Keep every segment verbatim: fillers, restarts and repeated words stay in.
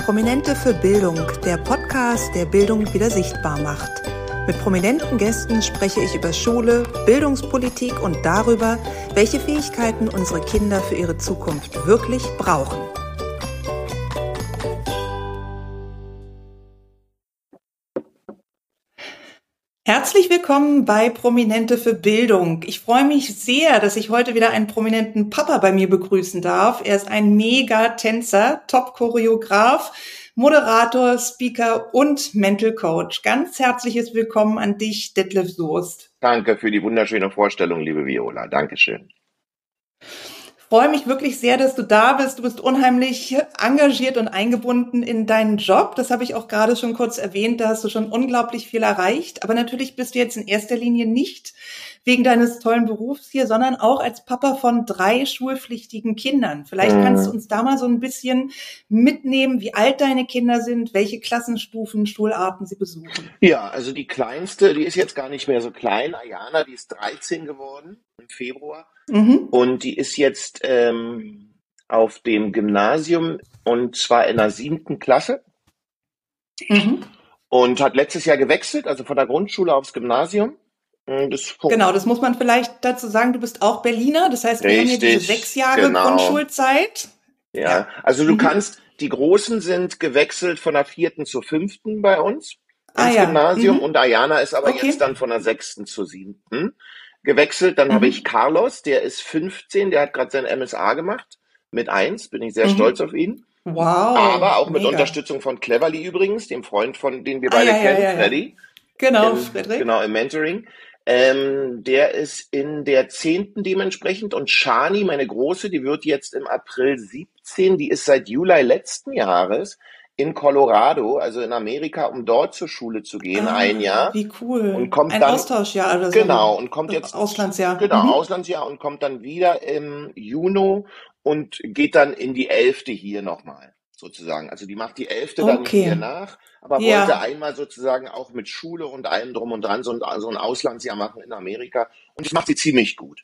Prominente für Bildung, der Podcast, der Bildung wieder sichtbar macht. Mit prominenten Gästen spreche ich über Schule, Bildungspolitik und darüber, welche Fähigkeiten unsere Kinder für ihre Zukunft wirklich brauchen. Herzlich willkommen bei Prominente für Bildung. Ich freue mich sehr, dass ich heute wieder einen prominenten Papa bei mir begrüßen darf. Er ist ein Mega-Tänzer, Top-Choreograf, Moderator, Speaker und Mental Coach. Ganz herzliches Willkommen an dich, Detlef Soest. Danke für die wunderschöne Vorstellung, liebe Viola. Dankeschön. Ich freue mich wirklich sehr, dass du da bist. Du bist unheimlich engagiert und eingebunden in deinen Job. Das habe ich auch gerade schon kurz erwähnt. Da hast du schon unglaublich viel erreicht. Aber natürlich bist du jetzt in erster Linie nicht wegen deines tollen Berufs hier, sondern auch als Papa von drei schulpflichtigen Kindern. Vielleicht kannst du uns da mal so ein bisschen mitnehmen, wie alt deine Kinder sind, welche Klassenstufen, Schularten sie besuchen. Ja, also die kleinste, die ist jetzt gar nicht mehr so klein. Ayana, die ist dreizehn geworden im Februar. Mhm. Und die ist jetzt ähm, auf dem Gymnasium und zwar in der siebten Klasse. Mhm. Und hat letztes Jahr gewechselt, also von der Grundschule aufs Gymnasium. Das genau, das muss man vielleicht dazu sagen, du bist auch Berliner, das heißt, wir Richtig, haben hier diese sechs Jahre genau. Grundschulzeit. Ja, ja. Also du mhm. kannst, die Großen sind gewechselt von der vierten zur fünften bei uns ins ah, ja. Gymnasium mhm. und Ayana ist aber okay. jetzt dann von der sechsten zur siebten gewechselt. Dann mhm. habe ich Carlos, der ist fünfzehn, der hat gerade sein M S A gemacht mit eins, bin ich sehr mhm. stolz auf ihn. Wow. Aber auch mit mega. Unterstützung von Cleverly übrigens, dem Freund, von den wir beide ah, ja, kennen, ja, ja, Freddy. Genau, Im, Friedrich. Genau, im Mentoring. Ähm, der ist in der zehnten dementsprechend und Shani, meine Große, die wird jetzt im April siebzehn, die ist seit Juli letzten Jahres in Colorado, also in Amerika, um dort zur Schule zu gehen, ah, ein Jahr. Wie cool. Und kommt ein dann, Austauschjahr oder so. Genau, und kommt jetzt. Auslandsjahr. Genau, mhm. Auslandsjahr und kommt dann wieder im Juni und geht dann in die elfte hier nochmal. Sozusagen. Also die macht die elfte dann okay. hier nach, aber ja. wollte einmal sozusagen auch mit Schule und allem drum und dran so ein, so ein Auslandsjahr machen in Amerika. Und das macht sie ziemlich gut.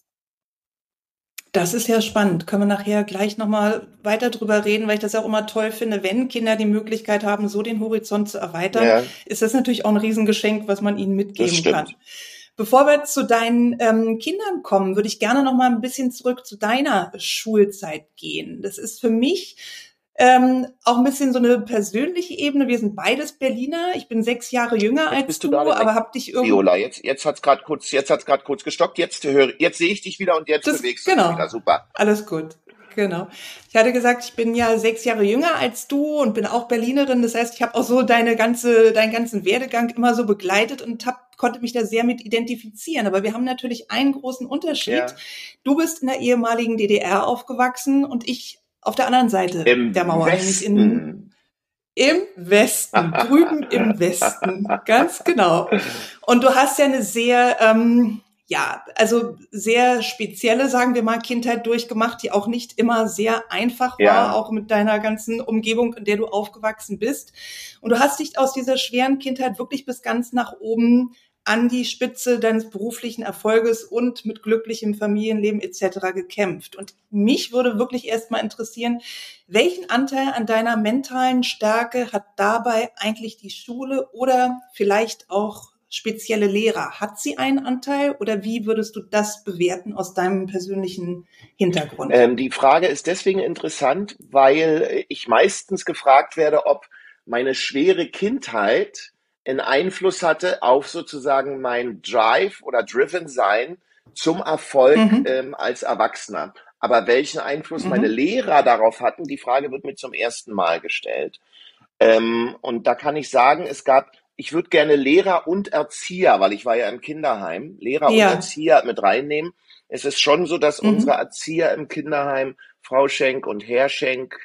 Das ist ja spannend. Können wir nachher gleich nochmal weiter drüber reden, weil ich das auch immer toll finde, wenn Kinder die Möglichkeit haben, so den Horizont zu erweitern, ja. ist das natürlich auch ein Riesengeschenk, was man ihnen mitgeben kann. Bevor wir zu deinen ähm, Kindern kommen, würde ich gerne noch mal ein bisschen zurück zu deiner Schulzeit gehen. Das ist für mich Ähm, auch ein bisschen so eine persönliche Ebene. Wir sind beides Berliner. Ich bin sechs Jahre jünger jetzt als du, du aber hab dich irgendwie... Viola, jetzt, jetzt hat's gerade kurz, jetzt hat's gerade kurz gestoppt. Jetzt höre, jetzt sehe ich dich wieder und jetzt das, bewegst du genau. dich wieder. Super. Alles gut. Genau. Ich hatte gesagt, ich bin ja sechs Jahre jünger als du und bin auch Berlinerin. Das heißt, ich habe auch so deine ganze, deinen ganzen Werdegang immer so begleitet und hab, konnte mich da sehr mit identifizieren. Aber wir haben natürlich einen großen Unterschied. Ja. Du bist in der ehemaligen D D R aufgewachsen und ich auf der anderen Seite Im der Mauer, Westen. nämlich in, im Westen, drüben im Westen, ganz genau. Und du hast ja eine sehr, ähm, ja, also sehr spezielle, sagen wir mal, Kindheit durchgemacht, die auch nicht immer sehr einfach war, ja. auch mit deiner ganzen Umgebung, in der du aufgewachsen bist. Und du hast dich aus dieser schweren Kindheit wirklich bis ganz nach oben an die Spitze deines beruflichen Erfolges und mit glücklichem Familienleben et cetera gekämpft. Und mich würde wirklich erstmal interessieren, welchen Anteil an deiner mentalen Stärke hat dabei eigentlich die Schule oder vielleicht auch spezielle Lehrer? Hat sie einen Anteil oder wie würdest du das bewerten aus deinem persönlichen Hintergrund? Ähm, die Frage ist deswegen interessant, weil ich meistens gefragt werde, ob meine schwere Kindheit einen Einfluss hatte auf sozusagen mein Drive oder Driven-Sein zum Erfolg mhm. ähm, als Erwachsener. Aber welchen Einfluss mhm. meine Lehrer darauf hatten, die Frage wird mir zum ersten Mal gestellt. Ähm, und da kann ich sagen, es gab, ich würde gerne Lehrer und Erzieher, weil ich war ja im Kinderheim, Lehrer ja. und Erzieher mit reinnehmen. Es ist schon so, dass mhm. unsere Erzieher im Kinderheim, Frau Schenk und Herr Schenk,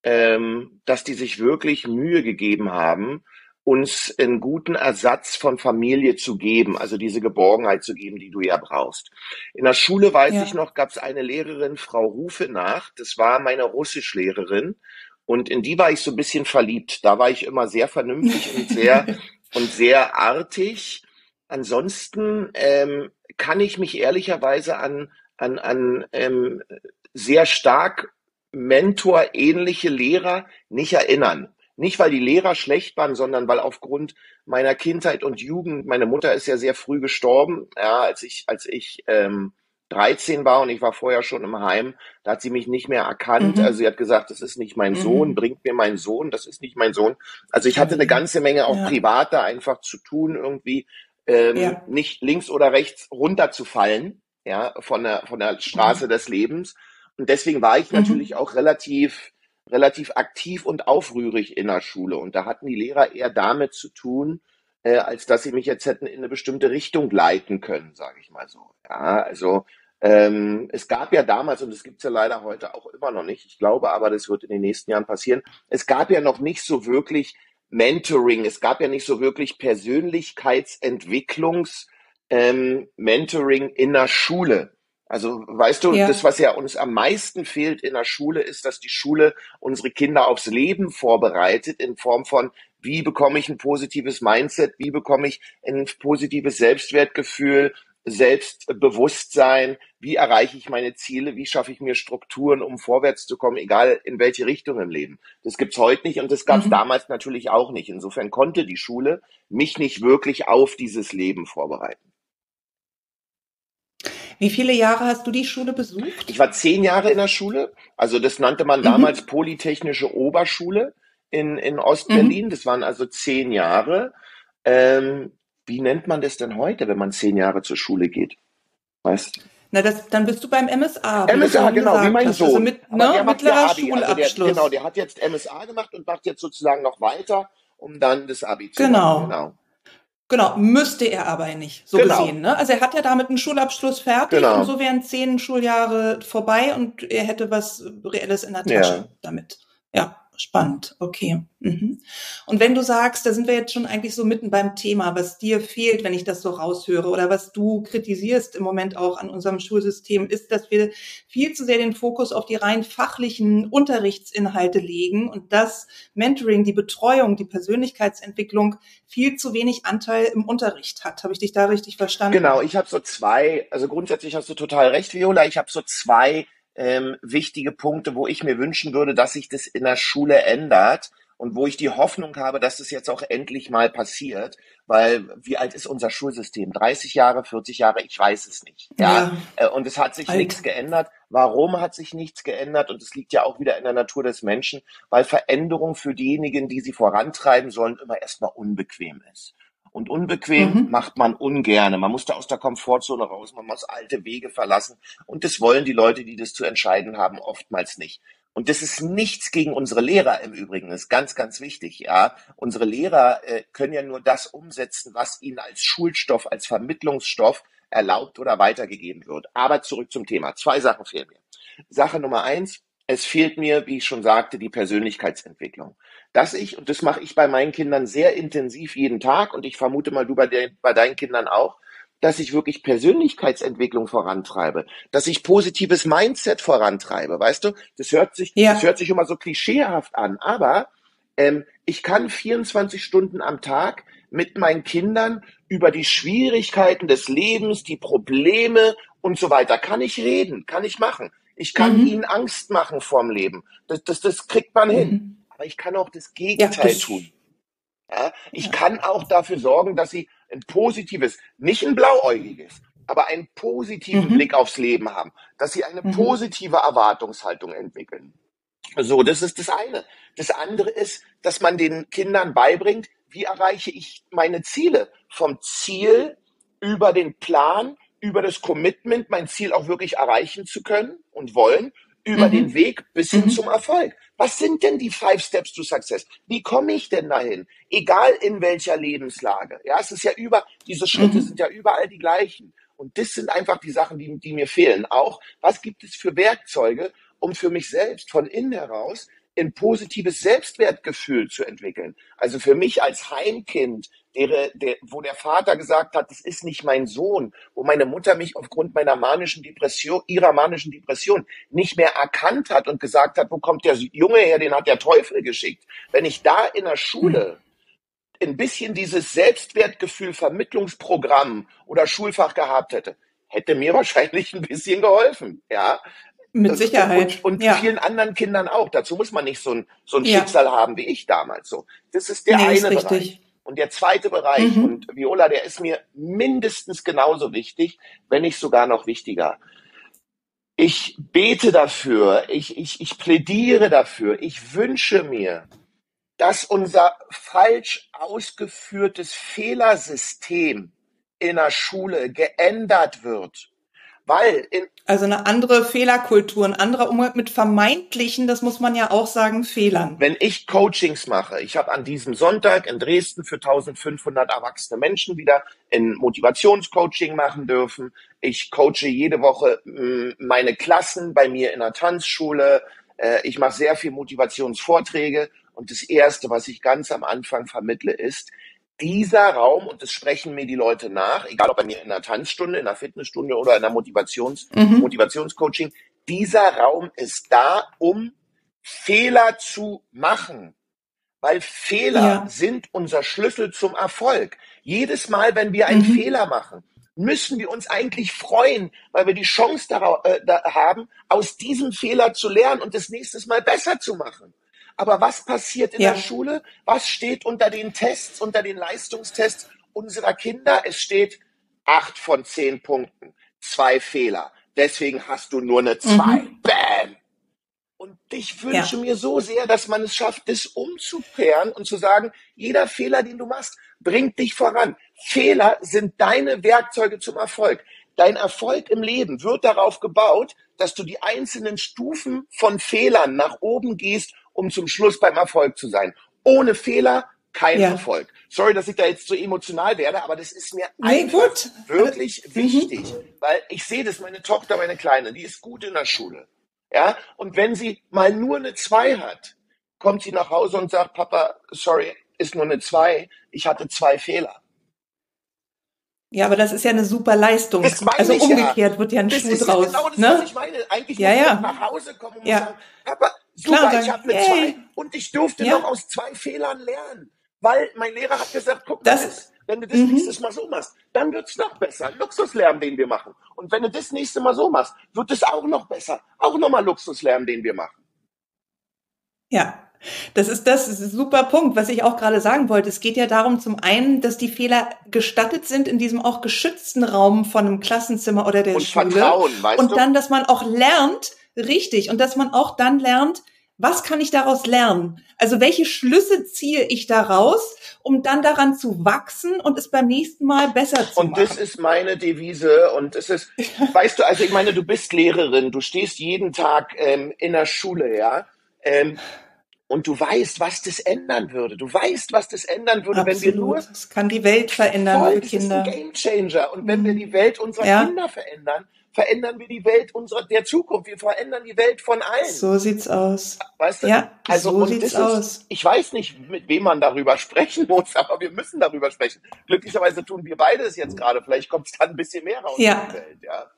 ähm, dass die sich wirklich Mühe gegeben haben, uns einen guten Ersatz von Familie zu geben, also diese Geborgenheit zu geben, die du ja brauchst. In der Schule, weiß ja. ich noch, gab es eine Lehrerin, Frau Rufenach, das war meine Russischlehrerin und in die war ich so ein bisschen verliebt. Da war ich immer sehr vernünftig und sehr und sehr artig. Ansonsten ähm, kann ich mich ehrlicherweise an, an, an ähm, sehr stark mentorähnliche Lehrer nicht erinnern. Nicht, weil die Lehrer schlecht waren, sondern weil aufgrund meiner Kindheit und Jugend, meine Mutter ist ja sehr früh gestorben, ja, als ich, als ich ähm, dreizehn war und ich war vorher schon im Heim, da hat sie mich nicht mehr erkannt. Also Mhm. sie hat gesagt, das ist nicht mein Sohn, Mhm. bringt mir meinen Sohn, das ist nicht mein Sohn. Also ich Oh hatte eine je. ganze Menge auch Ja, privat da einfach zu tun, irgendwie ähm, ja. nicht links oder rechts runterzufallen, ja, von der, von der Straße Mhm. des Lebens. Und deswegen war ich natürlich Mhm. auch relativ, relativ aktiv und aufrührig in der Schule. Und da hatten die Lehrer eher damit zu tun, äh, als dass sie mich jetzt hätten in eine bestimmte Richtung leiten können, sage ich mal so. Ja, also ähm, es gab ja damals, und das gibt's ja leider heute auch immer noch nicht, ich glaube aber, das wird in den nächsten Jahren passieren, es gab ja noch nicht so wirklich Mentoring, es gab ja nicht so wirklich Persönlichkeitsentwicklungs, ähm, Mentoring in der Schule. Also weißt du, das, Ja. was ja uns am meisten fehlt in der Schule, ist, dass die Schule unsere Kinder aufs Leben vorbereitet in Form von, wie bekomme ich ein positives Mindset, wie bekomme ich ein positives Selbstwertgefühl, Selbstbewusstsein, wie erreiche ich meine Ziele, wie schaffe ich mir Strukturen, um vorwärts zu kommen, egal in welche Richtung im Leben. Das gibt's heute nicht und das gab's Mhm. damals natürlich auch nicht. Insofern konnte die Schule mich nicht wirklich auf dieses Leben vorbereiten. Wie viele Jahre hast du die Schule Ich besucht? war zehn Jahre in der Schule, also das nannte man damals Mhm. Polytechnische Oberschule in, in Ostberlin. Mhm. Das waren also zehn Jahre. Ähm, wie nennt man das denn heute, wenn man zehn Jahre zur Schule geht? Weißt Na, das, dann bist du beim M S A, wie du M S A, vorhin genau, wie gesagt mein hast. Also Sohn. mit, Aber ne, der macht ja mittlerer Abi. Also der, genau, Schulabschluss. der hat jetzt M S A gemacht und macht jetzt sozusagen noch weiter, um dann das Abi zu machen. Genau. Genau. Genau, müsste er aber nicht, so Genau. gesehen. Ne? Also er hat ja damit einen Schulabschluss fertig und Genau. so wären zehn Schuljahre vorbei und er hätte was Reelles in der Ja. Tasche damit. Ja, spannend. Okay. Mhm. Und wenn du sagst, da sind wir jetzt schon eigentlich so mitten beim Thema, was dir fehlt, wenn ich das so raushöre oder was du kritisierst im Moment auch an unserem Schulsystem, ist, dass wir viel zu sehr den Fokus auf die rein fachlichen Unterrichtsinhalte legen und das Mentoring, die Betreuung, die Persönlichkeitsentwicklung viel zu wenig Anteil im Unterricht hat. Habe ich dich da richtig Genau, verstanden? ich habe so zwei, also grundsätzlich hast du total recht, Viola. Ich habe so zwei ähm, wichtige Punkte, wo ich mir wünschen würde, dass sich das in der Schule ändert und wo ich die Hoffnung habe, dass es jetzt auch endlich mal passiert. Weil wie alt ist unser Schulsystem? dreißig Jahre, vierzig Jahre? Ich weiß es nicht. Ja, Ja, Äh, und es hat sich alt. nichts geändert. Warum hat sich nichts geändert? Und es liegt ja auch wieder in der Natur des Menschen, weil Veränderung für diejenigen, die sie vorantreiben sollen, immer erstmal unbequem ist. Und unbequem Mhm. macht man ungerne. Man muss da aus der Komfortzone raus, man muss alte Wege verlassen. Und das wollen die Leute, die das zu entscheiden haben, oftmals nicht. Und das ist nichts gegen unsere Lehrer im Übrigen. Das ist ganz, ganz wichtig, ja. Unsere Lehrer äh, können ja nur das umsetzen, was ihnen als Schulstoff, als Vermittlungsstoff erlaubt oder weitergegeben wird. Aber zurück zum Thema. Zwei Sachen fehlen mir. Sache Nummer eins, es fehlt mir, wie ich schon sagte, die Persönlichkeitsentwicklung. Dass ich, und das mache ich bei meinen Kindern sehr intensiv jeden Tag, und ich vermute mal, du bei, de, bei deinen Kindern auch, dass ich wirklich Persönlichkeitsentwicklung vorantreibe, dass ich positives Mindset vorantreibe. Weißt du, das hört sich, das Ja. hört sich immer so klischeehaft an, aber ähm, ich kann vierundzwanzig Stunden am Tag mit meinen Kindern über die Schwierigkeiten des Lebens, die Probleme und so weiter, kann ich reden, kann ich machen. Ich kann ihnen Mhm. Angst machen vorm Leben. Das, das, das kriegt man hin. Mhm. Aber ich kann auch das Ja, Gegenteil das, tun. Ja? Ich ja. kann auch dafür sorgen, dass sie ein positives, nicht ein blauäugiges, aber einen positiven Blick Mhm. aufs Leben haben, dass sie eine Mhm. positive Erwartungshaltung entwickeln. So, das ist das eine. Das andere ist, dass man den Kindern beibringt, wie erreiche ich meine Ziele? Vom Ziel über den Plan, über das Commitment, mein Ziel auch wirklich erreichen zu können und wollen, über den Mhm. Weg bis hin zum Mhm. Erfolg. Was sind denn die Five Steps to Success? Wie komme ich denn dahin? Egal in welcher Lebenslage. Ja, es ist ja über, diese Schritte sind Mhm. ja überall die gleichen. Und das sind einfach die Sachen, die, die mir fehlen. Auch, was gibt es für Werkzeuge, um für mich selbst von innen heraus ein positives Selbstwertgefühl zu entwickeln. Also für mich als Heimkind, der, der, wo der Vater gesagt hat, das ist nicht mein Sohn, wo meine Mutter mich aufgrund meiner manischen Depression, ihrer manischen Depression nicht mehr erkannt hat und gesagt hat, wo kommt der Junge her, den hat der Teufel geschickt. Wenn ich da in der Mhm. Schule ein bisschen dieses Selbstwertgefühl Vermittlungsprogramm oder Schulfach gehabt hätte, hätte mir wahrscheinlich ein bisschen geholfen, ja. Mit Und, Sicherheit. und, und Ja. vielen anderen Kindern auch. Dazu muss man nicht so ein, so ein Ja. Schicksal haben wie ich damals. So, das ist der Nee, ist eine Bereich. richtig. Und der zweite Bereich, Mhm. und Viola, der ist mir mindestens genauso wichtig, wenn nicht sogar noch wichtiger. Ich bete dafür, ich, ich, ich plädiere dafür, ich wünsche mir, dass unser falsch ausgeführtes Fehlersystem in der Schule geändert wird. Weil in, Also eine andere Fehlerkultur, ein anderer Umgang mit vermeintlichen, das muss man ja auch sagen, Fehlern. wenn ich Coachings mache, ich habe an diesem Sonntag in Dresden für eintausendfünfhundert erwachsene Menschen wieder ein Motivationscoaching machen dürfen. Ich coache jede Woche mh, meine Klassen bei mir in der Tanzschule. Äh, ich mache sehr viel Motivationsvorträge. Und das Erste, was ich ganz am Anfang vermittle, ist, dieser Raum, und das sprechen mir die Leute nach, egal ob bei mir in einer Tanzstunde, in einer Fitnessstunde oder in einer Motivations, Mhm. Motivationscoaching, dieser Raum ist da, um Fehler zu machen. Weil Fehler Ja. sind unser Schlüssel zum Erfolg. Jedes Mal, wenn wir einen Mhm. Fehler machen, müssen wir uns eigentlich freuen, weil wir die Chance darauf, äh, da haben, aus diesem Fehler zu lernen und das nächste Mal besser zu machen. Aber was passiert in Ja. der Schule? Was steht unter den Tests, unter den Leistungstests unserer Kinder? Es steht acht von zehn Punkten, zwei Fehler. Deswegen hast du nur eine zwei. Mhm. Bam! Und ich wünsche Ja. mir so sehr, dass man es schafft, das umzukehren und zu sagen, jeder Fehler, den du machst, bringt dich voran. Fehler sind deine Werkzeuge zum Erfolg. Dein Erfolg im Leben wird darauf gebaut, dass du die einzelnen Stufen von Fehlern nach oben gehst, um zum Schluss beim Erfolg zu sein. Ohne Fehler kein Ja. Erfolg. Sorry, dass ich da jetzt so emotional werde, aber das ist mir Nee, einfach gut. wirklich Mhm. wichtig, weil ich sehe das, meine Tochter, meine Kleine, die ist gut in der Schule. Ja, und wenn sie mal nur eine zwei hat, kommt sie nach Hause und sagt, Papa, sorry, ist nur eine zwei, ich hatte zwei Fehler. Ja, aber das ist ja eine super Leistung. Das meine Also ich ja. umgekehrt wird ja ein Das Schuh ist ja draus, genau das, ne? was ich meine. Eigentlich Ja, muss ich ja. doch nach Hause kommen und muss Ja. sagen, Papa, Klar, super, sagen, ich habe eine yay. zwei und ich durfte Ja. noch aus zwei Fehlern lernen. Weil mein Lehrer hat gesagt, guck mal, Das, das, wenn du das mhm. nächstes Mal so machst, dann wird's noch besser. Luxuslärm, den wir machen. Und wenn du das nächste Mal so machst, wird es auch noch besser. Auch nochmal Luxuslärm, den wir machen. Ja, das ist das ist ein super Punkt, was ich auch gerade sagen wollte. Es geht ja darum, zum einen, dass die Fehler gestattet sind in diesem auch geschützten Raum von einem Klassenzimmer oder der Und Schule. Vertrauen, weißt Und du? dann, dass man auch lernt, richtig, und dass man auch dann lernt, was kann ich daraus lernen? Also welche Schlüsse ziehe ich daraus, um dann daran zu wachsen und es beim nächsten Mal besser zu Und machen? das ist meine Devise. Und es ist, weißt du, also ich meine, du bist Lehrerin, du stehst jeden Tag ähm, in der Schule, ja. Ähm, und du weißt, was das ändern würde. Du weißt, was das ändern würde, wenn wir nur Absolut. Es kann die Welt verändern voll, für das ist ein Kinder. Gamechanger. Und wenn wir die Welt unserer Ja. Kinder verändern, verändern wir die Welt unserer der Zukunft. Wir verändern die Welt von allen. So sieht's aus. Weißt du? Ja, Also, so und sieht's das aus. ist, ich weiß nicht, mit wem man darüber sprechen muss, aber wir müssen darüber sprechen. Glücklicherweise tun wir beide es jetzt gerade. Vielleicht kommt es dann ein bisschen mehr raus Ja. in die Welt, ja.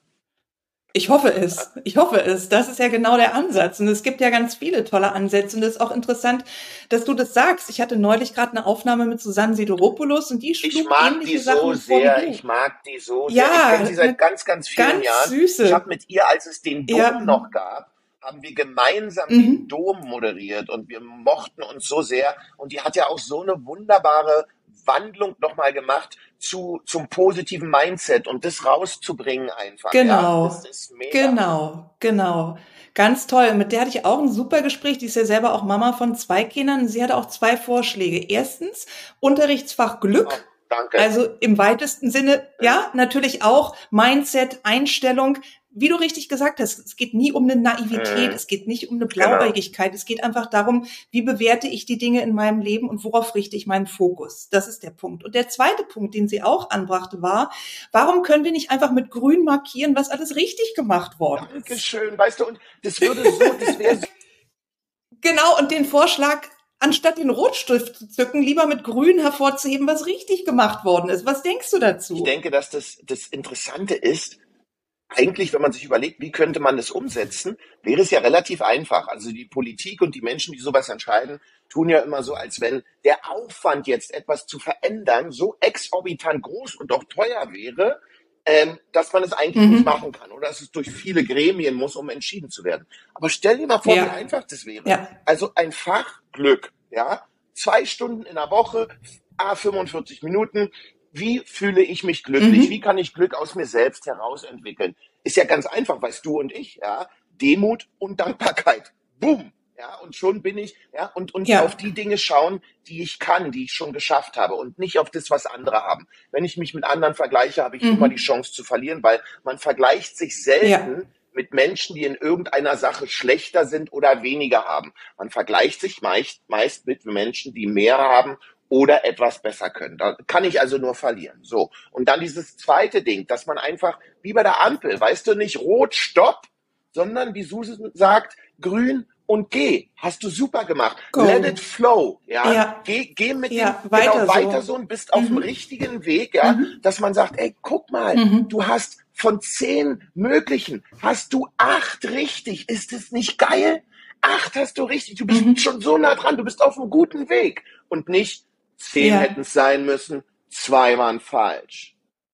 Ich hoffe es. Ich hoffe es. Das ist ja genau der Ansatz. Und es gibt ja ganz viele tolle Ansätze. Und es ist auch interessant, dass du das sagst. Ich hatte neulich gerade eine Aufnahme mit Susanne Sideropoulos und die Ich schlug mag ähnliche die so Sachen vor sehr, wie du. ich mag die so Ja, sehr. Ich kenne sie seit eine ganz, ganz vielen ganz Jahren. süße. Ich habe mit ihr, als es den Dom Ja. noch gab, haben wir gemeinsam Mhm. den Dom moderiert und wir mochten uns so sehr. Und die hat ja auch so eine wunderbare Wandlung nochmal gemacht zu, zum positiven Mindset und das rauszubringen einfach. Ja, Genau, das ist mega. genau, genau. Ganz toll. Mit der hatte ich auch ein super Gespräch. Die ist ja selber auch Mama von zwei Kindern. Sie hatte auch zwei Vorschläge. Erstens, Unterrichtsfach Oh, Glück. danke. Also im weitesten Sinne, ja, natürlich auch Mindset, Einstellung. Wie du richtig gesagt hast, es geht nie um eine Naivität, Mhm. es geht nicht um eine Genau. Blauäugigkeit, es geht einfach darum, wie bewerte ich die Dinge in meinem Leben und worauf richte ich meinen Fokus. Das ist der Punkt. Und der zweite Punkt, den sie auch anbrachte, war, warum können wir nicht einfach mit Grün markieren, was alles richtig gemacht worden ist? Dankeschön, weißt du, und das würde so, das wäre so. Genau, und den Vorschlag, anstatt den Rotstift zu zücken, lieber mit Grün hervorzuheben, was richtig gemacht worden ist. Was denkst du Ich dazu? denke, dass das, das Interessante ist, eigentlich, wenn man sich überlegt, wie könnte man das umsetzen, wäre es ja relativ einfach. Also die Politik und die Menschen, die sowas entscheiden, tun ja immer so, als wenn der Aufwand jetzt etwas zu verändern so exorbitant groß und auch teuer wäre, ähm, dass man es eigentlich nicht Mhm. machen kann oder dass es durch viele Gremien muss, um entschieden zu werden. Aber stell dir mal vor, wie Ja. einfach das wäre. Ja. Also ein Fach Glück, ja, zwei Stunden in der Woche, a fünfundvierzig Minuten. Wie fühle ich mich glücklich? Wie Mhm. kann ich Glück aus mir selbst heraus entwickeln? Ist ja ganz einfach, weißt du und ich, ja. Demut und Dankbarkeit. Boom. Ja, und schon bin ich, ja, und, und auf Ja. die Dinge schauen, die ich kann, die ich schon geschafft habe und nicht auf das, was andere haben. Wenn ich mich mit anderen vergleiche, habe ich immer die Mhm. Chance zu verlieren, weil man vergleicht sich Ja. selten mit Menschen, die in irgendeiner Sache schlechter sind oder weniger haben. Man vergleicht sich meist, meist mit Menschen, die mehr haben oder etwas besser können. Da kann ich also nur verlieren. So. Und dann dieses zweite Ding, dass man einfach, wie bei der Ampel, weißt du, nicht rot, stopp, sondern wie Susan sagt, grün und geh. Hast du super gemacht. Let it Go. flow, ja. Ja. Geh, geh mit dem, Ja. genau, Weiter weiter so. so und bist auf dem Mhm. richtigen Weg, ja, Mhm. dass man sagt, ey, guck mal, Mhm. du hast von zehn möglichen, hast du acht richtig. Ist es nicht geil? Acht hast du richtig. Du bist Mhm. schon so nah dran. Du bist auf einem guten Weg. Und nicht zehn hätten Ja. es sein müssen, zwei waren falsch.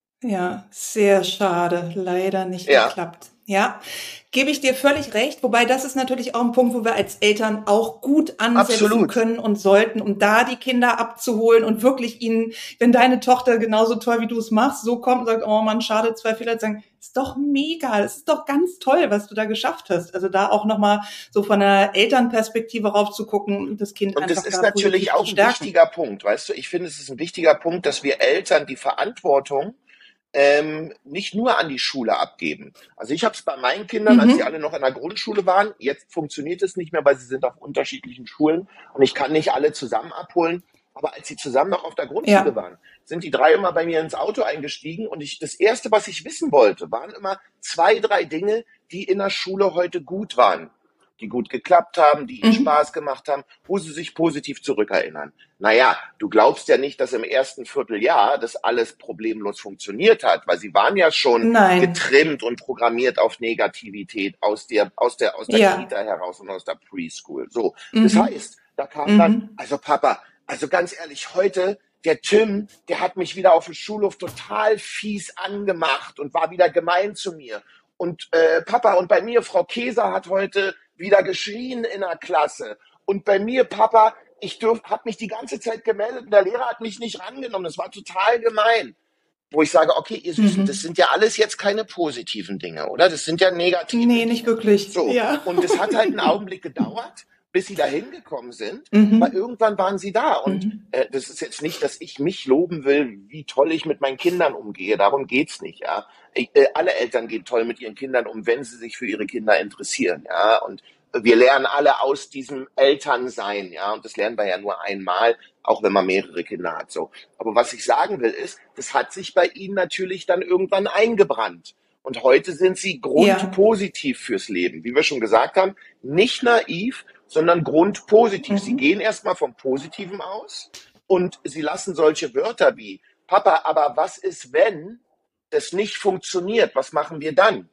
Ja, sehr schade. Leider nicht Ja, geklappt. Ja, gebe ich dir völlig recht. Wobei das ist natürlich auch ein Punkt, wo wir als Eltern auch gut ansetzen absolut. können und sollten, um da die Kinder abzuholen und wirklich ihnen, wenn deine Tochter genauso toll wie du es machst, so kommt und sagt, oh Mann, schade, zwei Fehler, sagen, ist doch mega, es ist doch ganz toll, was du da geschafft hast. Also da auch nochmal so von der Elternperspektive raufzugucken und das Kind Und das einfach ist da natürlich positiv zu auch ein stärken. wichtiger Punkt, weißt du? Ich finde, es ist ein wichtiger Punkt, dass wir Eltern die Verantwortung ähm, nicht nur an die Schule abgeben. Also ich habe es bei meinen Kindern, als sie alle Mhm. noch in der Grundschule waren, jetzt funktioniert es nicht mehr, weil sie sind auf unterschiedlichen Schulen und ich kann nicht alle zusammen abholen. Aber als sie zusammen noch auf der Grundschule Ja. waren, sind die drei immer bei mir ins Auto eingestiegen und ich, das Erste, was ich wissen wollte, waren immer zwei, drei Dinge, die in der Schule heute gut waren, die gut geklappt haben, die ihnen Mhm. Spaß gemacht haben, wo sie sich positiv zurückerinnern. Naja, du glaubst ja nicht, dass im ersten Vierteljahr das alles problemlos funktioniert hat, weil sie waren ja schon Nein. getrimmt und programmiert auf Negativität aus der, aus der, aus der Ja. Kita heraus und aus der Preschool. So. Das Mhm. heißt, da kam dann, Mhm. also Papa, also ganz ehrlich, heute, der Tim, der hat mich wieder auf dem Schulhof total fies angemacht und war wieder gemein zu mir. Und äh, Papa, und bei mir, Frau Käser hat heute wieder geschrien in der Klasse. Und bei mir, Papa, ich habe mich die ganze Zeit gemeldet und der Lehrer hat mich nicht rangenommen. Das war total gemein. Wo ich sage, okay, ihr Süßen, das Mhm. sind ja alles jetzt keine positiven Dinge, oder? Das sind ja negative Nee, nicht Dinge. wirklich. So, Ja. und es hat halt einen Augenblick gedauert, bis sie da hingekommen sind, aber Mhm. irgendwann waren sie da. Und Mhm. äh, das ist jetzt nicht, dass ich mich loben will, wie toll ich mit meinen Kindern umgehe. Darum geht's nicht, ja. Ich, äh, alle Eltern gehen toll mit ihren Kindern um, wenn sie sich für ihre Kinder interessieren, ja. Und wir lernen alle aus diesem Elternsein, ja. Und das lernen wir ja nur einmal, auch wenn man mehrere Kinder hat, so. Aber was ich sagen will, ist, das hat sich bei ihnen natürlich dann irgendwann eingebrannt. Und heute sind sie Ja. grundpositiv fürs Leben. Wie wir schon gesagt haben, nicht naiv, sondern grundpositiv. Sie Mhm. gehen erstmal vom Positiven aus und sie lassen solche Wörter wie, Papa, aber was ist, wenn das nicht funktioniert? Was machen wir dann?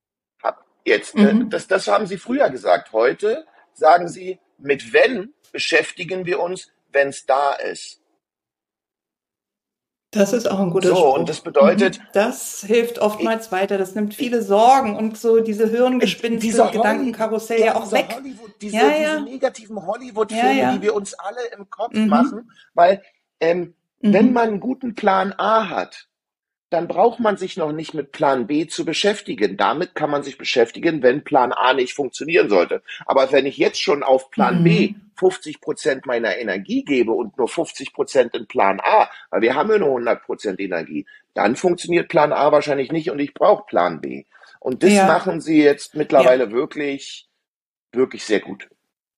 Hab jetzt, äh, Mhm. das, das haben sie früher gesagt. Heute sagen sie, mit wenn beschäftigen wir uns, wenn es da ist. Das ist auch ein guter So, und das Spruch. bedeutet, Mhm. Das hilft ich, oftmals weiter. Das nimmt ich, viele Sorgen und so diese Äh, Hirngespinste, dieser Holly, Gedankenkarussell ja, ja auch dieser weg. Hollywood, Ja, diese, diese ja. negativen Ja, Hollywood-Filme, die wir ja. uns alle im Kopf machen, Mhm. weil ähm, wenn man Mhm. einen guten Plan A hat, dann braucht man sich noch nicht mit Plan B zu beschäftigen. Damit kann man sich beschäftigen, wenn Plan A nicht funktionieren sollte. Aber wenn ich jetzt schon auf Plan B Mhm. fünfzig Prozent meiner Energie gebe und nur fünfzig Prozent in Plan A, weil wir haben ja nur hundert Prozent Energie, dann funktioniert Plan A wahrscheinlich nicht und ich brauche Plan B. Und das Ja. machen sie jetzt Ja. mittlerweile wirklich, wirklich sehr gut.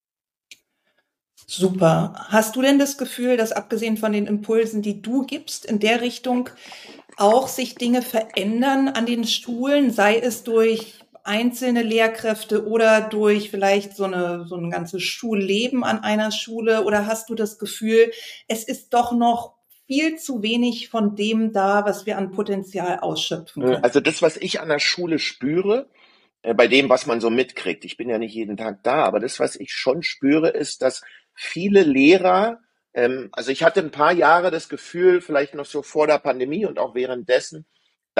Super. Hast du denn das Gefühl, dass abgesehen von den Impulsen, die du gibst, in der Richtung auch sich Dinge verändern an den Schulen, sei es durch einzelne Lehrkräfte oder durch vielleicht so eine, so ein ganzes Schulleben an einer Schule? Oder hast du das Gefühl, es ist doch noch viel zu wenig von dem da, was wir an Potenzial ausschöpfen können? Also das, was ich an der Schule spüre, äh, bei dem, was man so mitkriegt, ich bin ja nicht jeden Tag da, aber das, was ich schon spüre, ist, dass viele Lehrer, ähm, also ich hatte ein paar Jahre das Gefühl, vielleicht noch so vor der Pandemie und auch währenddessen,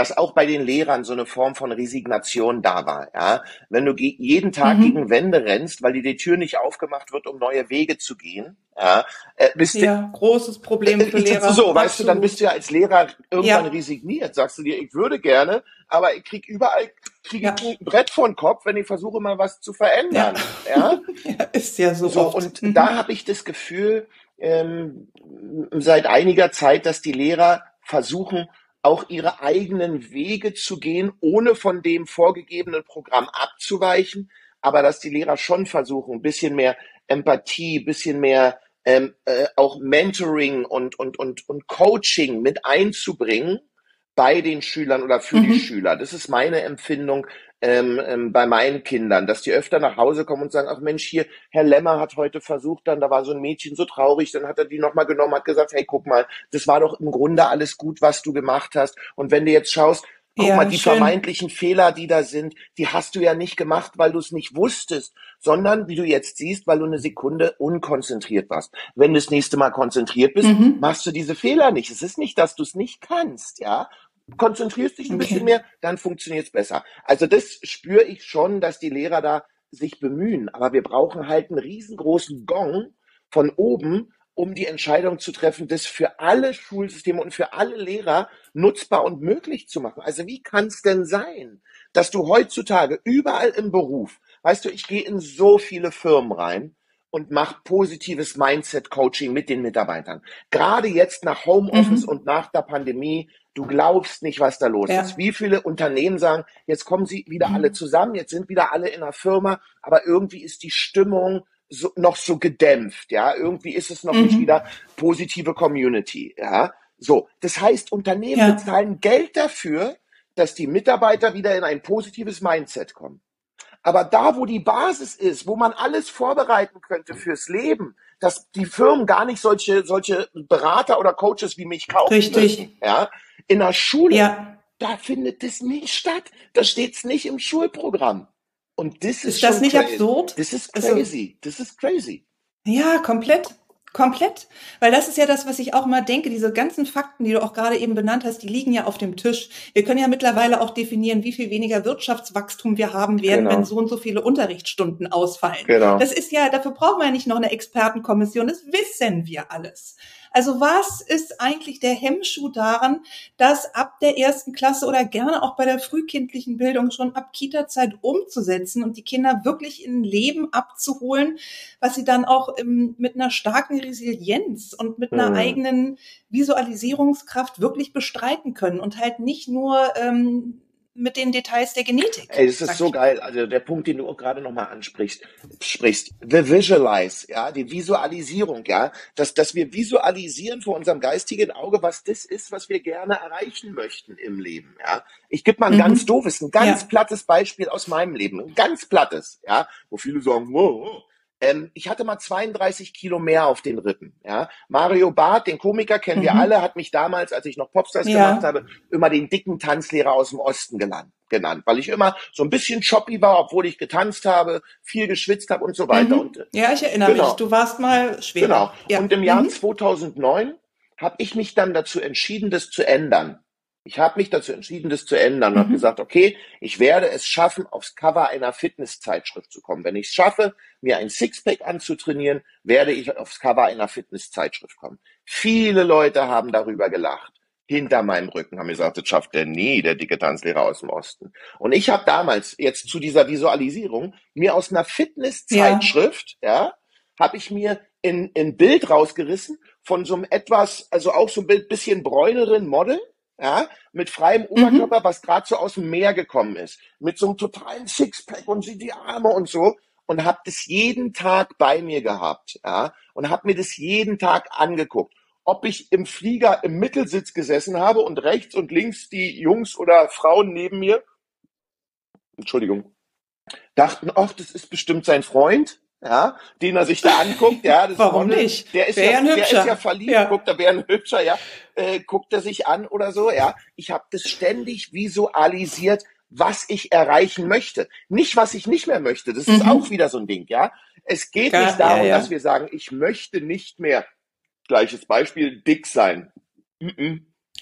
dass auch bei den Lehrern so eine Form von Resignation da war. Ja? Wenn du ge- jeden Tag Mhm. gegen Wände rennst, weil dir die Tür nicht aufgemacht wird, um neue Wege zu gehen, ja, äh, bist du, Ja, großes Problem für ich sitze Lehrer. so, weißt du, dann bist Absolut. du ja als Lehrer irgendwann Ja, resigniert. Sagst du dir, ich würde gerne, aber ich krieg überall kriege ja, ich ein Brett vor den Kopf, wenn ich versuche, mal was zu ja. verändern. Ja, Ja, ist ja so so, oft. und da Mhm. habe ich das Gefühl, ähm, seit einiger Zeit, dass die Lehrer versuchen, auch ihre eigenen Wege zu gehen, ohne von dem vorgegebenen Programm abzuweichen, aber dass die Lehrer schon versuchen, ein bisschen mehr Empathie, ein bisschen mehr ähm, äh, auch Mentoring und, und, und, und Coaching mit einzubringen bei den Schülern oder für die Mhm. Schüler. Das ist meine Empfindung ähm, ähm, bei meinen Kindern, dass die öfter nach Hause kommen und sagen, ach Mensch, hier, Herr Lemmer hat heute versucht, dann da war so ein Mädchen so traurig, dann hat er die nochmal genommen, hat gesagt, hey, guck mal, das war doch im Grunde alles gut, was du gemacht hast. Und wenn du jetzt schaust, guck mal, Ja, die schön. vermeintlichen Fehler, die da sind, die hast du ja nicht gemacht, weil du es nicht wusstest, sondern, wie du jetzt siehst, weil du eine Sekunde unkonzentriert warst. Wenn du das nächste Mal konzentriert bist, Mhm. machst du diese Fehler nicht. Es ist nicht, dass du es nicht kannst, ja. Konzentrierst dich ein bisschen Okay. mehr, dann funktioniert es besser. Also das spüre ich schon, dass die Lehrer da sich bemühen. Aber wir brauchen halt einen riesengroßen Gong von oben, um die Entscheidung zu treffen, das für alle Schulsysteme und für alle Lehrer nutzbar und möglich zu machen. Also wie kann es denn sein, dass du heutzutage überall im Beruf, weißt du, ich gehe in so viele Firmen rein und mache positives Mindset-Coaching mit den Mitarbeitern. Gerade jetzt nach Homeoffice Mhm. und nach der Pandemie, du glaubst nicht, was da los ist. Ja. Wie viele Unternehmen sagen, jetzt kommen sie wieder alle Mhm. zusammen, jetzt sind wieder alle in der Firma, aber irgendwie ist die Stimmung so, noch so gedämpft, ja. Irgendwie ist es noch nicht wieder Mhm. positive Community, ja. So, das heißt, Unternehmen Ja. bezahlen Geld dafür, dass die Mitarbeiter wieder in ein positives Mindset kommen. Aber da, wo die Basis ist, wo man alles vorbereiten könnte fürs Leben, dass die Firmen gar nicht solche, solche Berater oder Coaches wie mich kaufen Richtig. müssen, ja, in der Schule, Ja. da findet das nicht statt. Da steht's nicht im Schulprogramm. Und das ist Ist das schon nicht crazy. absurd? Das ist Also, crazy. Das ist crazy. ja, komplett. Komplett. Weil das ist ja das, was ich auch immer denke. Diese ganzen Fakten, die du auch gerade eben benannt hast, die liegen ja auf dem Tisch. Wir können ja mittlerweile auch definieren, wie viel weniger Wirtschaftswachstum wir haben werden, wenn Genau, so und so viele Unterrichtsstunden ausfallen. Das genau. ist ja, dafür brauchen wir ja nicht noch eine Expertenkommission. Das wissen wir alles. Also was ist eigentlich der Hemmschuh daran, das ab der ersten Klasse oder gerne auch bei der frühkindlichen Bildung schon ab Kita-Zeit umzusetzen und die Kinder wirklich in ein Leben abzuholen, was sie dann auch ähm, mit einer starken Resilienz und mit einer Hm. eigenen Visualisierungskraft wirklich bestreiten können und halt nicht nur ähm, mit den Details der Genetik, Ey, das ist sag so ich mal. geil. Also der Punkt, den du auch gerade nochmal ansprichst, sprichst, the visualize, ja, die Visualisierung, ja, dass, dass wir visualisieren vor unserem geistigen Auge, was das ist, was wir gerne erreichen möchten im Leben, ja. Ich gebe mal ein ganz Mhm. doofes, ein ganz Ja. plattes Beispiel aus meinem Leben, ein ganz plattes, ja, wo viele sagen, wow, wow. Ähm, ich hatte mal zweiunddreißig Kilo mehr auf den Rippen. Ja? Mario Barth, den Komiker kennen wir alle, Mhm. hat mich damals, als ich noch Popstars gemacht Ja. habe, immer den dicken Tanzlehrer aus dem Osten genannt, genannt, weil ich immer so ein bisschen choppy war, obwohl ich getanzt habe, viel geschwitzt habe und so weiter. Und Mhm. äh, Ja, ich erinnere mich. genau, Du warst mal genau. schwerer. Ja. Und im Jahr Mhm. zweitausendneun habe ich mich dann dazu entschieden, das zu ändern. Ich habe mich dazu entschieden, das zu ändern und habe Mhm. gesagt, okay, ich werde es schaffen, aufs Cover einer Fitnesszeitschrift zu kommen. Wenn ich es schaffe, mir ein Sixpack anzutrainieren, werde ich aufs Cover einer Fitnesszeitschrift kommen. Viele Leute haben darüber gelacht. Hinter meinem Rücken haben gesagt, das schafft der nie, der dicke Tanzlehrer aus dem Osten. Und ich habe damals, jetzt zu dieser Visualisierung, mir aus einer Ja. Fitnesszeitschrift, ja, habe ich mir ein, ein Bild rausgerissen von so einem etwas, also auch so ein bisschen bräuneren Model, ja, mit freiem Mhm. Oberkörper, was gerade so aus dem Meer gekommen ist, mit so einem totalen Sixpack und sieht die Arme und so und habe das jeden Tag bei mir gehabt, ja, und habe mir das jeden Tag angeguckt. Ob ich im Flieger im Mittelsitz gesessen habe und rechts und links die Jungs oder Frauen neben mir, Entschuldigung, dachten, ach, das ist bestimmt sein Freund, ja, den er sich da anguckt, ja, das Warum Model, nicht? der ist Wäre ja, ja ein der ist ja hübscher. verliebt, Ja. guckt, da wäre ein hübscher, ja, äh, guckt er sich an oder so, ja. Ich habe das ständig visualisiert, was ich erreichen möchte. Nicht, was ich nicht mehr möchte. Das ist auch Mhm. wieder so ein Ding, ja. Es geht nicht Gar, ja, darum, dass ja. wir sagen, ich möchte nicht mehr, gleiches Beispiel, dick sein. Mm-mm.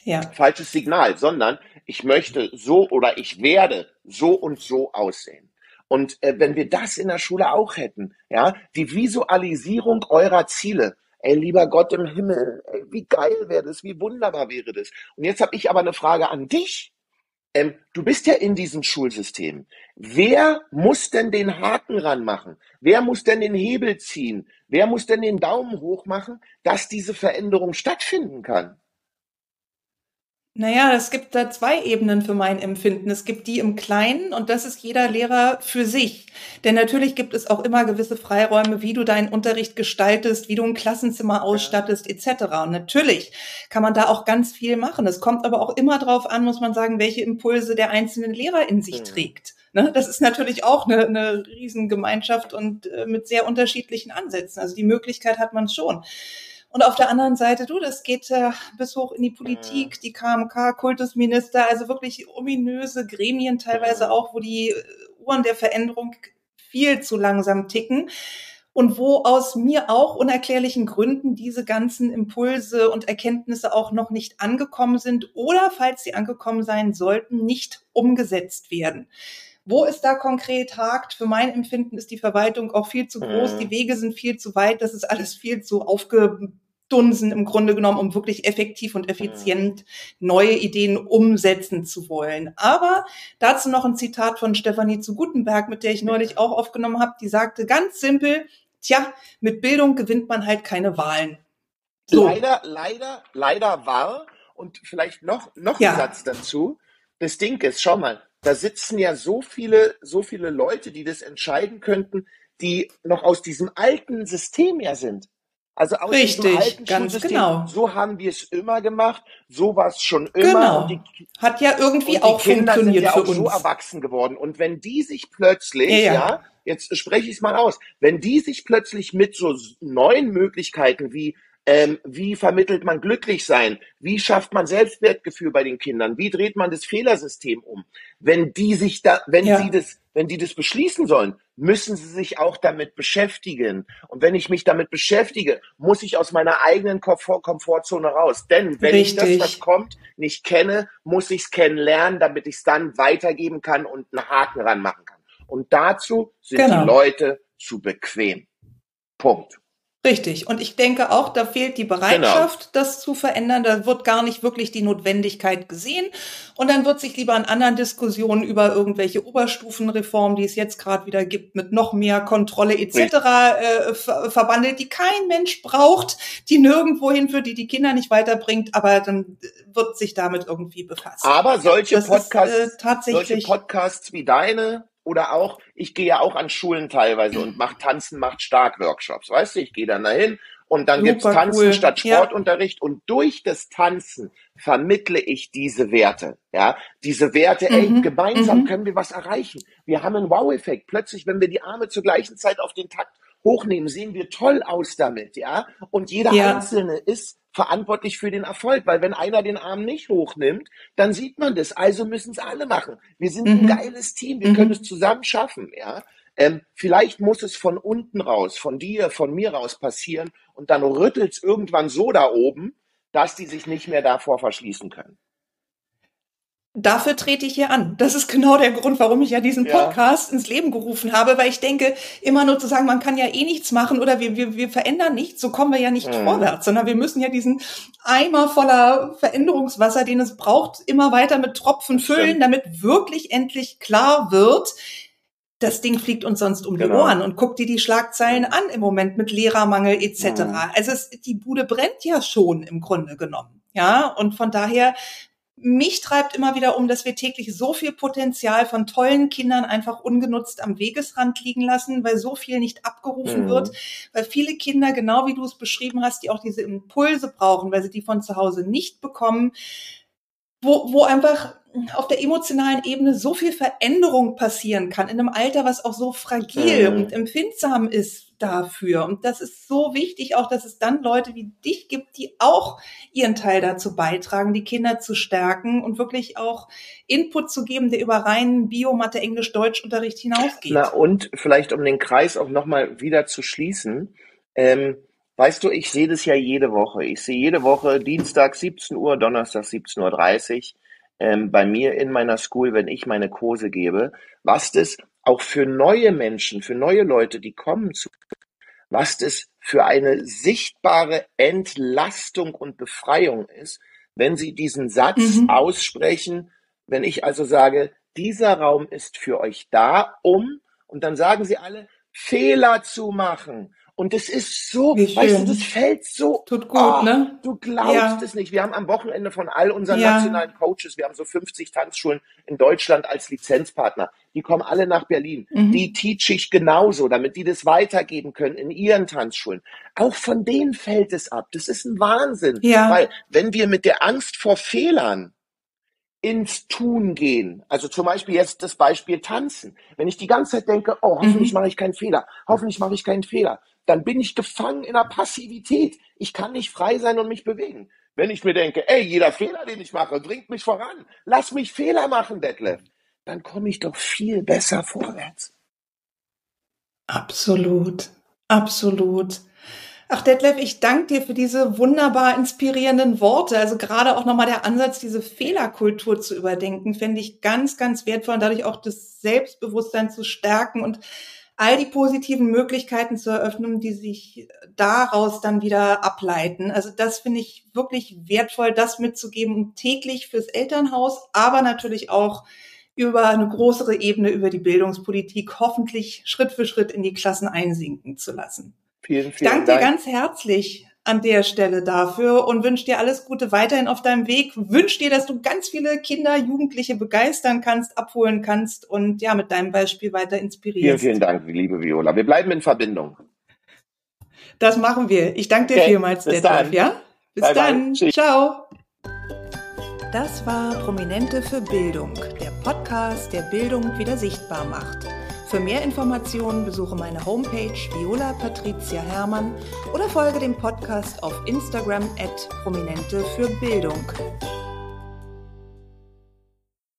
Ja. falsches Signal, sondern ich möchte so oder ich werde so und so aussehen. Und äh, wenn wir das in der Schule auch hätten, ja, die Visualisierung eurer Ziele, ey, lieber Gott im Himmel, ey, wie geil wäre das, wie wunderbar wäre das. Und jetzt habe ich aber eine Frage an dich. Ähm, du bist ja in diesem Schulsystem. Wer muss denn den Haken ranmachen? Wer muss denn den Hebel ziehen? Wer muss denn den Daumen hoch machen, dass diese Veränderung stattfinden kann? Naja, es gibt da zwei Ebenen für mein Empfinden. Es gibt die im Kleinen und das ist jeder Lehrer für sich. Denn natürlich gibt es auch immer gewisse Freiräume, wie du deinen Unterricht gestaltest, wie du ein Klassenzimmer Ja. ausstattest, et cetera. Und natürlich kann man da auch ganz viel machen. Es kommt aber auch immer darauf an, muss man sagen, welche Impulse der einzelne Lehrer in sich Mhm. trägt. Ne, das ist natürlich auch eine, eine Riesengemeinschaft und äh, mit sehr unterschiedlichen Ansätzen. Also die Möglichkeit hat man schon. Und auf der anderen Seite, du, das geht äh, bis hoch in die Mhm. Politik, die K M K, Kultusminister, also wirklich ominöse Gremien teilweise Mhm. auch, wo die äh, Uhren der Veränderung viel zu langsam ticken und wo aus mir auch unerklärlichen Gründen diese ganzen Impulse und Erkenntnisse auch noch nicht angekommen sind oder, falls sie angekommen sein sollten, nicht umgesetzt werden. Wo es da konkret hakt, für mein Empfinden ist die Verwaltung auch viel zu groß, die Mhm. Wege sind viel zu weit, das ist alles viel zu aufgedunsen im Grunde genommen, um wirklich effektiv und Mhm. effizient neue Ideen umsetzen zu wollen. Aber dazu noch ein Zitat von Stefanie zu Gutenberg, mit der ich neulich Ja. auch aufgenommen habe, die sagte ganz simpel, tja, mit Bildung gewinnt man halt keine Wahlen. So, Leider, leider, leider war, und vielleicht noch, noch ein ja, Satz dazu. Das Ding ist, schau mal, da sitzen ja so viele, so viele Leute, die das entscheiden könnten, die noch aus diesem alten System ja sind. Also aus diesem richtig, alten ganz Schulsystem, genau. so haben wir es immer gemacht, so war es schon immer und die, Genau. Hat ja irgendwie und die auch Kinder sind funktioniert ja für auch so uns. erwachsen geworden. Und wenn die sich Ja, plötzlich, ja. ja, jetzt spreche ich es mal aus, wenn die sich plötzlich mit so neuen Möglichkeiten wie ähm, wie vermittelt man glücklich sein? Wie schafft man Selbstwertgefühl bei den Kindern? Wie dreht man das Fehlersystem um? Wenn die sich da, wenn sie Ja, das, wenn die das beschließen sollen, müssen sie sich auch damit beschäftigen. Und wenn ich mich damit beschäftige, muss ich aus meiner eigenen Komfort Komfortzone raus. Denn wenn ich das, was richtig, kommt, nicht kenne, muss ich es kennenlernen, damit ich es dann weitergeben kann und einen Haken ranmachen kann. Und dazu sind die genau. Leute zu bequem. Punkt. Richtig. Und ich denke auch, da fehlt die Genau. Bereitschaft, das zu verändern. Da wird gar nicht wirklich die Notwendigkeit gesehen. Und dann wird sich lieber an anderen Diskussionen über irgendwelche Oberstufenreformen, die es jetzt gerade wieder gibt, mit noch mehr Kontrolle et cetera äh, ver verbandelt, die kein Mensch braucht, die nirgendwo hinführt, die die Kinder nicht weiterbringt. Aber dann wird sich damit irgendwie befasst. Aber Ja, solche das ist äh, Podcasts, solche tatsächlich Podcasts wie deine oder auch, ich gehe ja auch an Schulen teilweise und mache Tanzen macht stark Workshops. Weißt du, ich gehe dann dahin und dann gibt's super Tanzen cool. statt Ja, Sportunterricht und durch das Tanzen vermittle ich diese Werte. Ja, diese Werte, ey, mhm, gemeinsam können mhm, wir was erreichen. Wir haben einen Wow-Effekt. Plötzlich, wenn wir die Arme zur gleichen Zeit auf den Takt hochnehmen, sehen wir toll aus damit, ja. Und jeder ja, Einzelne ist verantwortlich für den Erfolg, weil wenn einer den Arm nicht hochnimmt, dann sieht man das. Also müssen es alle machen. Wir sind ein mhm, geiles Team, wir können es mhm. zusammen schaffen, ja. Ähm, vielleicht muss es von unten raus, von dir, von mir raus passieren und dann rüttelt es irgendwann so da oben, dass die sich nicht mehr davor verschließen können. Dafür trete ich hier an. Das ist genau der Grund, warum ich ja diesen Ja. Podcast ins Leben gerufen habe, weil ich denke, immer nur zu sagen, man kann ja eh nichts machen oder wir, wir, wir verändern nichts, so kommen wir ja nicht Mhm. vorwärts, sondern wir müssen ja diesen Eimer voller Veränderungswasser, den es braucht, immer weiter mit Tropfen Das füllen, stimmt. damit wirklich endlich klar wird, das Ding fliegt uns sonst um die Ohren Genau. und guck dir die Schlagzeilen Mhm. an im Moment mit Lehrermangel Mhm. et cetera. Also es, die Bude brennt ja schon im Grunde genommen. Ja, und von daher mich treibt immer wieder um, dass wir täglich so viel Potenzial von tollen Kindern einfach ungenutzt am Wegesrand liegen lassen, weil so viel nicht abgerufen wird, Mhm. weil viele Kinder, genau wie du es beschrieben hast, die auch diese Impulse brauchen, weil sie die von zu Hause nicht bekommen, wo, wo einfach auf der emotionalen Ebene so viel Veränderung passieren kann, in einem Alter, was auch so fragil und Mhm. empfindsam ist dafür. Und das ist so wichtig, auch dass es dann Leute wie dich gibt, die auch ihren Teil dazu beitragen, die Kinder zu stärken und wirklich auch Input zu geben, der über reinen Bio, Mathe, Englisch, Deutschunterricht Na hinausgeht. und vielleicht, um den Kreis auch nochmal wieder zu schließen, ähm, Weißt du, ich sehe das ja jede Woche. Ich sehe jede Woche Dienstag siebzehn Uhr, Donnerstag siebzehn Uhr dreißig ähm, bei mir in meiner School, wenn ich meine Kurse gebe, was das auch für neue Menschen, für neue Leute, die kommen zu, was das für eine sichtbare Entlastung und Befreiung ist, wenn sie diesen Satz Mhm. aussprechen, wenn ich also sage, dieser Raum ist für euch da, um, und dann sagen sie alle, Fehler zu machen. Und es ist so, Wie weißt du, das schön. fällt so, Tut gut, oh, ne? du glaubst Ja, es nicht. Wir haben am Wochenende von all unseren ja. nationalen Coaches, wir haben so fünfzig Tanzschulen in Deutschland als Lizenzpartner. Die kommen alle nach Berlin. Die Mhm. teach ich genauso, damit die das weitergeben können in ihren Tanzschulen. Auch von denen fällt es ab. Das ist ein Wahnsinn. Ja. Weil wenn wir mit der Angst vor Fehlern ins Tun gehen. Also zum Beispiel jetzt das Beispiel Tanzen. Wenn ich die ganze Zeit denke, oh, hoffentlich Mhm. mache ich keinen Fehler, hoffentlich mache ich keinen Fehler, dann bin ich gefangen in einer Passivität. Ich kann nicht frei sein und mich bewegen. Wenn ich mir denke, ey, jeder Fehler, den ich mache, bringt mich voran. Lass mich Fehler machen, Detlef. Dann komme ich doch viel besser vorwärts. Absolut. Absolut. Ach, Detlef, ich danke dir für diese wunderbar inspirierenden Worte. Also gerade auch nochmal der Ansatz, diese Fehlerkultur zu überdenken, fände ich ganz, ganz wertvoll und dadurch auch das Selbstbewusstsein zu stärken und all die positiven Möglichkeiten zu eröffnen, die sich daraus dann wieder ableiten. Also das finde ich wirklich wertvoll, das mitzugeben, um täglich fürs Elternhaus, aber natürlich auch über eine größere Ebene, über die Bildungspolitik, hoffentlich Schritt für Schritt in die Klassen einsinken zu lassen. Vielen, Ich vielen danke dir Dank. ganz herzlich an der Stelle dafür und wünsche dir alles Gute weiterhin auf deinem Weg. Wünsche dir, dass du ganz viele Kinder, Jugendliche begeistern kannst, abholen kannst und ja, mit deinem Beispiel weiter Vielen, inspirierst. vielen Dank, liebe Viola. Wir bleiben in Verbindung. Das machen wir. Ich danke dir Okay, vielmals, bis Detlef, dann. ja? Bis Bye, bye. dann. Tschüss. Ciao. Das war Prominente für Bildung, der Podcast, der Bildung wieder sichtbar macht. Für mehr Informationen besuche meine Homepage Viola Patricia Herrmann oder folge dem Podcast auf Instagram at Prominente für Bildung.